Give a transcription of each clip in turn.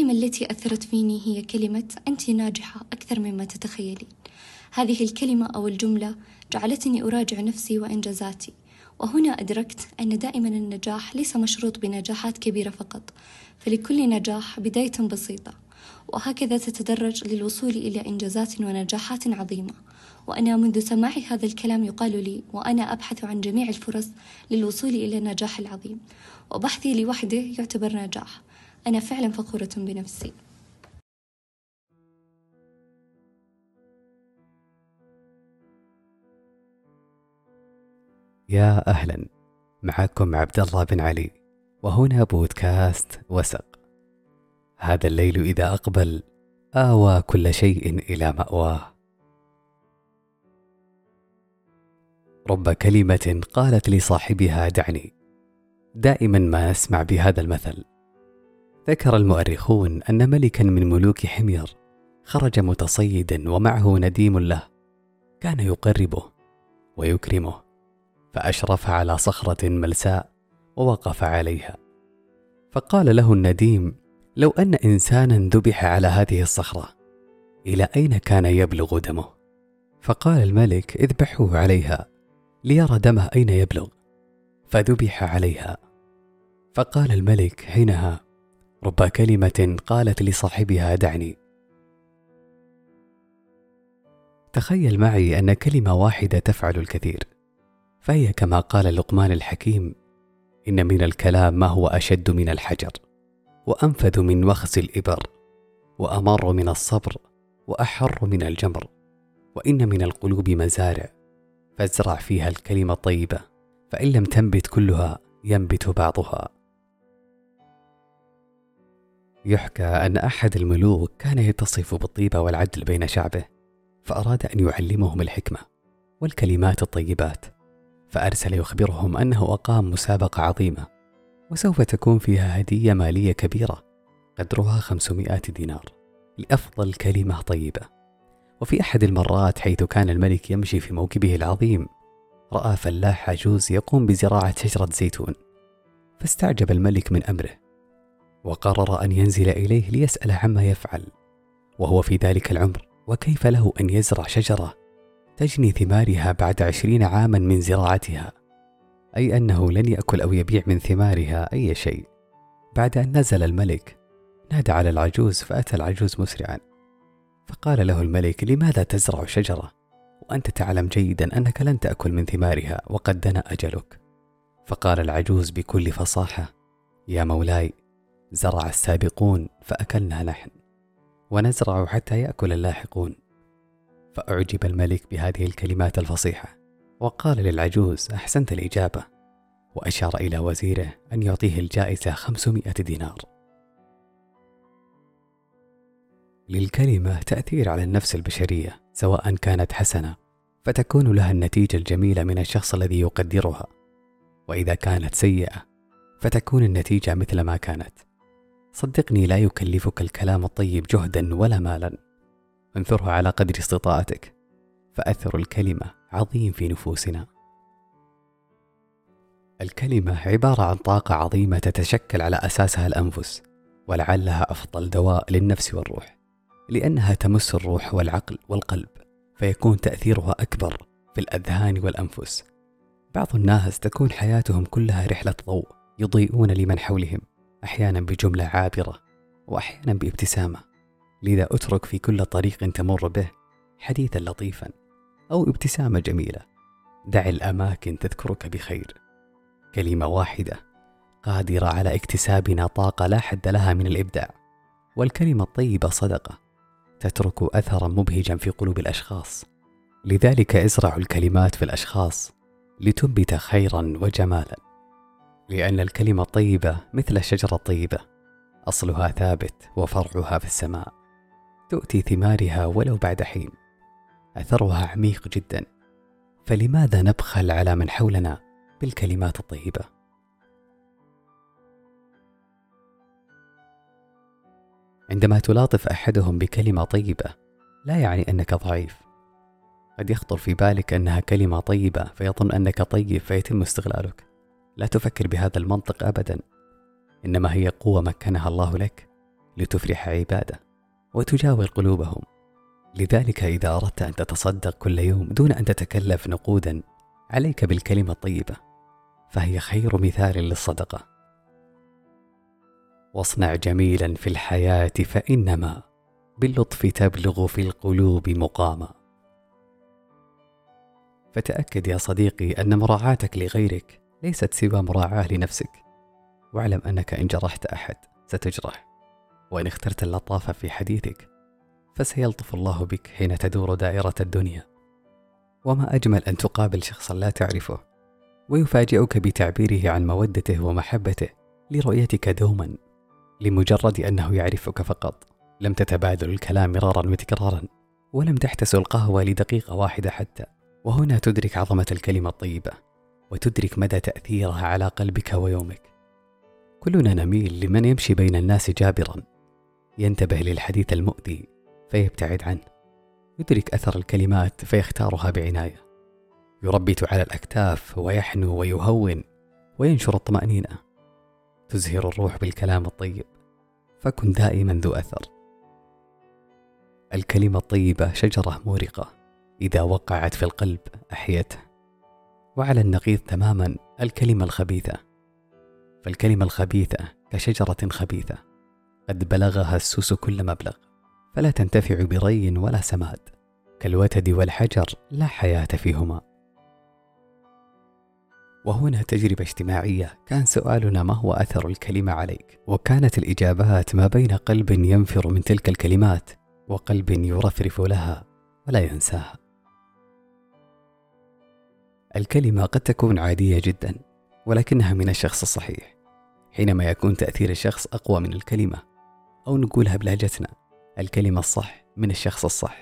الكلمة التي أثرت فيني هي كلمة أنت ناجحة أكثر مما تتخيلين. هذه الكلمة أو الجملة جعلتني أراجع نفسي وإنجازاتي، وهنا أدركت أن دائما النجاح ليس مشروط بنجاحات كبيرة فقط، فلكل نجاح بداية بسيطة، وهكذا تتدرج للوصول إلى إنجازات ونجاحات عظيمة. وأنا منذ سماع هذا الكلام يقال لي وأنا أبحث عن جميع الفرص للوصول إلى النجاح العظيم، وبحثي لوحده يعتبر نجاح. أنا فعلا فخورة بنفسي. يا أهلا، معكم عبد الله بن علي، وهنا بودكاست وسق. هذا الليل إذا أقبل آوى كل شيء إلى مأواه. رب كلمة قالت لصاحبها دعني. دائما ما نسمع بهذا المثل. ذكر المؤرخون أن ملكا من ملوك حمير خرج متصيدا ومعه نديم له، كان يقربه ويكرمه، فأشرف على صخرة ملساء ووقف عليها، فقال له النديم: لو أن إنسانا ذبح على هذه الصخرة إلى أين كان يبلغ دمه؟ فقال الملك: اذبحوه عليها ليرى دمه أين يبلغ، فذبح عليها. فقال الملك حينها: رب كلمة قالت لصاحبها دعني. تخيل معي أن كلمة واحدة تفعل الكثير، فهي كما قال لقمان الحكيم: إن من الكلام ما هو أشد من الحجر، وأنفذ من وخز الإبر، وأمر من الصبر، وأحر من الجمر، وإن من القلوب مزارع فازرع فيها الكلمة الطيبة، فإن لم تنبت كلها ينبت بعضها. يحكى أن أحد الملوك كان يتصف بالطيبة والعدل بين شعبه، فأراد أن يعلمهم الحكمة والكلمات الطيبات، فأرسل يخبرهم أنه أقام مسابقة عظيمة، وسوف تكون فيها هدية مالية كبيرة قدرها 500 دينار لأفضل كلمة طيبة. وفي أحد المرات حيث كان الملك يمشي في موكبه العظيم، رأى فلاح عجوز يقوم بزراعة شجرة زيتون، فاستعجب الملك من أمره، وقرر أن ينزل إليه ليسأل عما يفعل وهو في ذلك العمر، وكيف له أن يزرع شجرة تجني ثمارها بعد 20 عاما من زراعتها، أي أنه لن يأكل أو يبيع من ثمارها أي شيء. بعد أن نزل الملك نادى على العجوز، فأتى العجوز مسرعا، فقال له الملك: لماذا تزرع شجرة وأنت تعلم جيدا أنك لن تأكل من ثمارها وقد دنا أجلك؟ فقال العجوز بكل فصاحة: يا مولاي، زرع السابقون فأكلنا نحن، ونزرع حتى يأكل اللاحقون. فأعجب الملك بهذه الكلمات الفصيحة، وقال للعجوز: أحسنت الإجابة، وأشار إلى وزيره أن يعطيه الجائزة 500 دينار. للكلمة تأثير على النفس البشرية، سواء كانت حسنة فتكون لها النتيجة الجميلة من الشخص الذي يقدرها، وإذا كانت سيئة فتكون النتيجة مثل ما كانت. صدقني، لا يكلفك الكلام الطيب جهدا ولا مالا، انثرها على قدر استطاعتك، فأثر الكلمة عظيم في نفوسنا. الكلمة عبارة عن طاقة عظيمة تتشكل على أساسها الأنفس، ولعلها أفضل دواء للنفس والروح، لأنها تمس الروح والعقل والقلب، فيكون تأثيرها أكبر في الأذهان والأنفس. بعض الناس تكون حياتهم كلها رحلة ضوء، يضيئون لمن حولهم، أحيانا بجملة عابرة وأحيانا بابتسامة. لذا أترك في كل طريق تمر به حديثا لطيفا أو ابتسامة جميلة. دع الأماكن تذكرك بخير. كلمة واحدة قادرة على اكتسابنا طاقة لا حد لها من الإبداع. والكلمة الطيبة صدقة تترك أثرا مبهجا في قلوب الأشخاص. لذلك ازرعوا الكلمات في الأشخاص لتنبت خيرا وجمالا، لأن الكلمة الطيبة مثل الشجرة الطيبة، أصلها ثابت وفرعها في السماء، تؤتي ثمارها ولو بعد حين، أثرها عميق جدا. فلماذا نبخل على من حولنا بالكلمات الطيبة؟ عندما تلاطف أحدهم بكلمة طيبة لا يعني أنك ضعيف. قد يخطر في بالك أنها كلمة طيبة فيظن أنك طيب فيتم استغلالك. لا تفكر بهذا المنطق أبدا، إنما هي قوة مكنها الله لك لتفرح عباده وتجاور قلوبهم. لذلك إذا أردت أن تتصدق كل يوم دون أن تتكلف نقودا، عليك بالكلمة الطيبة، فهي خير مثال للصدقة. واصنع جميلا في الحياة فإنما باللطف تبلغ في القلوب مقاما. فتأكد يا صديقي أن مراعاتك لغيرك ليست سوى مراعاة لنفسك، واعلم أنك إن جرحت أحد ستجرح، وإن اخترت اللطافة في حديثك فسيلطف الله بك حين تدور دائرة الدنيا. وما أجمل أن تقابل شخصا لا تعرفه ويفاجئك بتعبيره عن مودته ومحبته لرؤيتك دوما، لمجرد أنه يعرفك فقط. لم تتبادل الكلام مرارا وتكرارا، ولم تحتسوا القهوة لدقيقة واحدة حتى. وهنا تدرك عظمة الكلمة الطيبة، وتدرك مدى تأثيرها على قلبك ويومك. كلنا نميل لمن يمشي بين الناس جابرا، ينتبه للحديث المؤذي فيبتعد عنه، يدرك أثر الكلمات فيختارها بعناية، يربت على الأكتاف ويحنو ويهون وينشر الطمأنينة. تزهر الروح بالكلام الطيب، فكن دائما ذو أثر. الكلمة الطيبة شجرة مورقة، إذا وقعت في القلب أحيته. وعلى النقيض تماما الكلمة الخبيثة، فالكلمة الخبيثة كشجرة خبيثة قد بلغها السوس كل مبلغ، فلا تنتفع بري ولا سماد، كالوتد والحجر لا حياة فيهما. وهنا تجربة اجتماعية. كان سؤالنا: ما هو أثر الكلمة عليك؟ وكانت الإجابات ما بين قلب ينفر من تلك الكلمات وقلب يرفرف لها ولا ينساها. الكلمة قد تكون عادية جدا، ولكنها من الشخص الصحيح، حينما يكون تأثير الشخص أقوى من الكلمة، أو نقولها بلهجتنا: الكلمة الصح من الشخص الصح.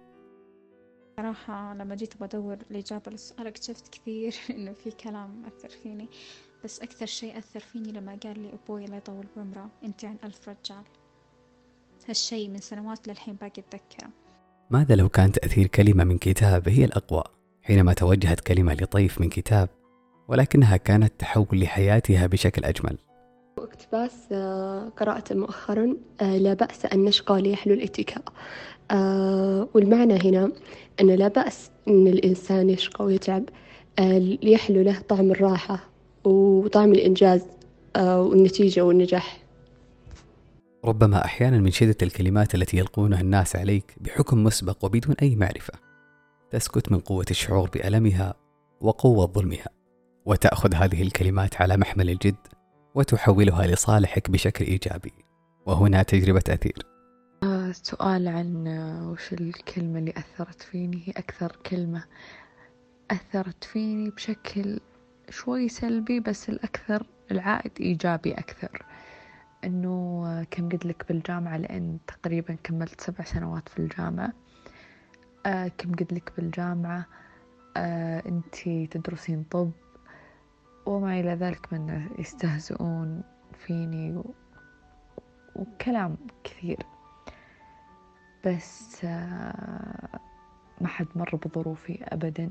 صراحة لما جيت بدور الإجابة للسؤال اكتشفت كثير إنه في كلام أثر فيني، بس أكثر شيء أثر فيني لما قال لي أبوي الله يطول بعمره: أنت عن 1000 رجال. هالشيء من سنوات للحين باقي أتذكره. ماذا لو كان تأثير كلمة من كتاب هي الأقوى، حينما توجهت كلمة لطيف من كتاب ولكنها كانت تحول لحياتها بشكل أجمل؟ اقتباس قرأته مؤخرا: لا بأس أن نشقى ليحلو الاتكاء. والمعنى هنا أن لا بأس أن الإنسان يشقى ويتعب ليحلو له طعم الراحة وطعم الإنجاز والنتيجة والنجاح. ربما أحيانا من شدة الكلمات التي يلقونها الناس عليك بحكم مسبق وبدون أي معرفة، تسكت من قوة الشعور بألمها وقوة ظلمها، وتأخذ هذه الكلمات على محمل الجد وتحولها لصالحك بشكل إيجابي. وهنا تجربة أثير. سؤال عن وش الكلمة اللي أثرت فيني. هي أكثر كلمة أثرت فيني بشكل شوي سلبي، بس الأكثر العائد إيجابي أكثر، أنه كم قد لك بالجامعة، لأن تقريبا كملت 7 سنوات في الجامعة. كم قد لك بالجامعة، أنتي تدرسين طب، وما إلى ذلك من يستهزئون فيني وكلام كثير. بس ما حد مر بظروفي أبدا،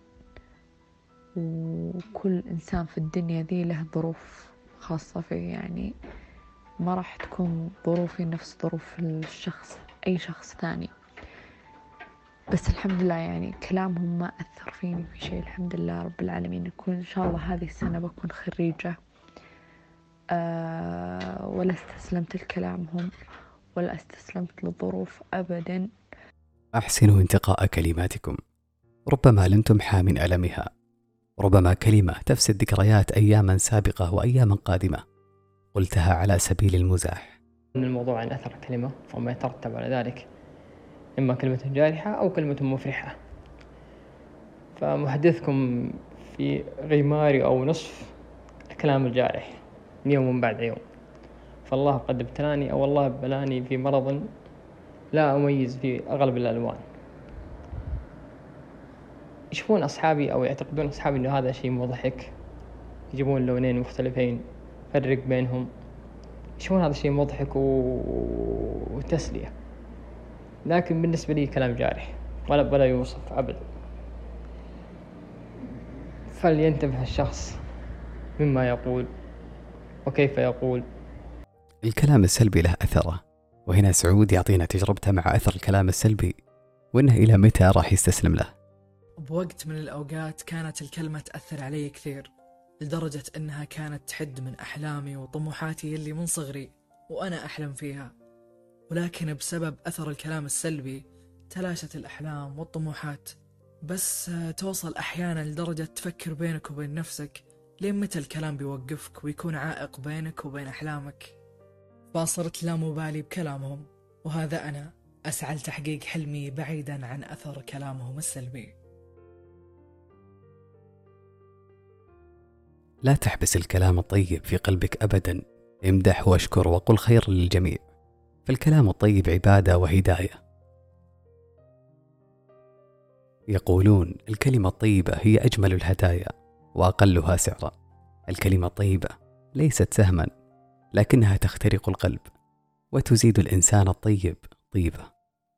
وكل إنسان في الدنيا ذي له ظروف خاصة فيه، يعني ما راح تكون ظروفي نفس ظروف أي شخص ثاني. بس الحمد لله يعني كلامهم ما أثر فيني في شيء، الحمد لله رب العالمين. أكون إن شاء الله هذه السنة بكون خريجة، ولا استسلمت لكلامهم ولا استسلمت للظروف أبدا. أحسنوا انتقاء كلماتكم، ربما لن تمحى من ألمها، ربما كلمة تفسد ذكريات أياما سابقة وأياما قادمة قلتها على سبيل المزاح. من الموضوع عن أثر الكلمة وما يترتب على ذلك، إما كلمة جارحة أو كلمة مفرحة. فمحدثكم في غمار أو نصف الكلام الجارح يوم بعد يوم. فالله قد ابتلاني، أو الله بلاني في مرض لا أميز في أغلب الألوان. يشوفون أصحابي أو يعتقدون أصحابي أنه هذا شيء مضحك، يجيبون لونين مختلفين فرق بينهم، يشوفون هذا شيء مضحك وتسلية، لكن بالنسبة لي كلام جارح ولا يوصف أبدا. فلينتبه الشخص مما يقول وكيف يقول. الكلام السلبي له أثره، وهنا سعود يعطينا تجربته مع أثر الكلام السلبي، وإنه إلى متى راح يستسلم له. بوقت من الأوقات كانت الكلمة تأثر علي كثير، لدرجة أنها كانت تحد من أحلامي وطموحاتي اللي من صغري وأنا أحلم فيها، ولكن بسبب أثر الكلام السلبي تلاشت الأحلام والطموحات. بس توصل أحيانا لدرجة تفكر بينك وبين نفسك لين متى الكلام بيوقفك ويكون عائق بينك وبين أحلامك. فصرت لا مبالي بكلامهم، وهذا أنا أسعى لتحقيق حلمي بعيدا عن أثر كلامهم السلبي. لا تحبس الكلام الطيب في قلبك أبدا، امدح واشكر وقل خير للجميع، فالكلام الطيب عبادة وهداية. يقولون الكلمة الطيبة هي أجمل الهدايا وأقلها سعرا. الكلمة الطيبة ليست سهما، لكنها تخترق القلب وتزيد الإنسان الطيب طيبة.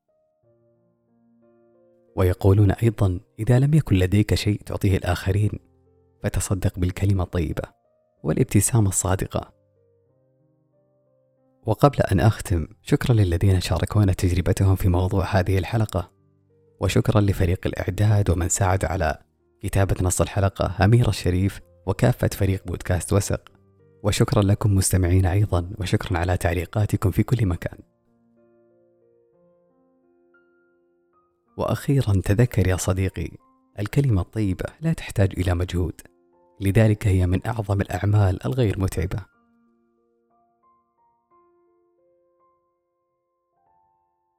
ويقولون أيضا إذا لم يكن لديك شيء تعطيه الآخرين فتصدق بالكلمة الطيبة والابتسامة الصادقة. وقبل أن أختم، شكرا للذين شاركونا تجربتهم في موضوع هذه الحلقة، وشكرا لفريق الإعداد ومن ساعد على كتابة نص الحلقة أمير الشريف وكافة فريق بودكاست وسق، وشكرا لكم مستمعين أيضا، وشكرا على تعليقاتكم في كل مكان. وأخيرا تذكر يا صديقي، الكلمة الطيبة لا تحتاج إلى مجهود، لذلك هي من أعظم الأعمال الغير متعبة.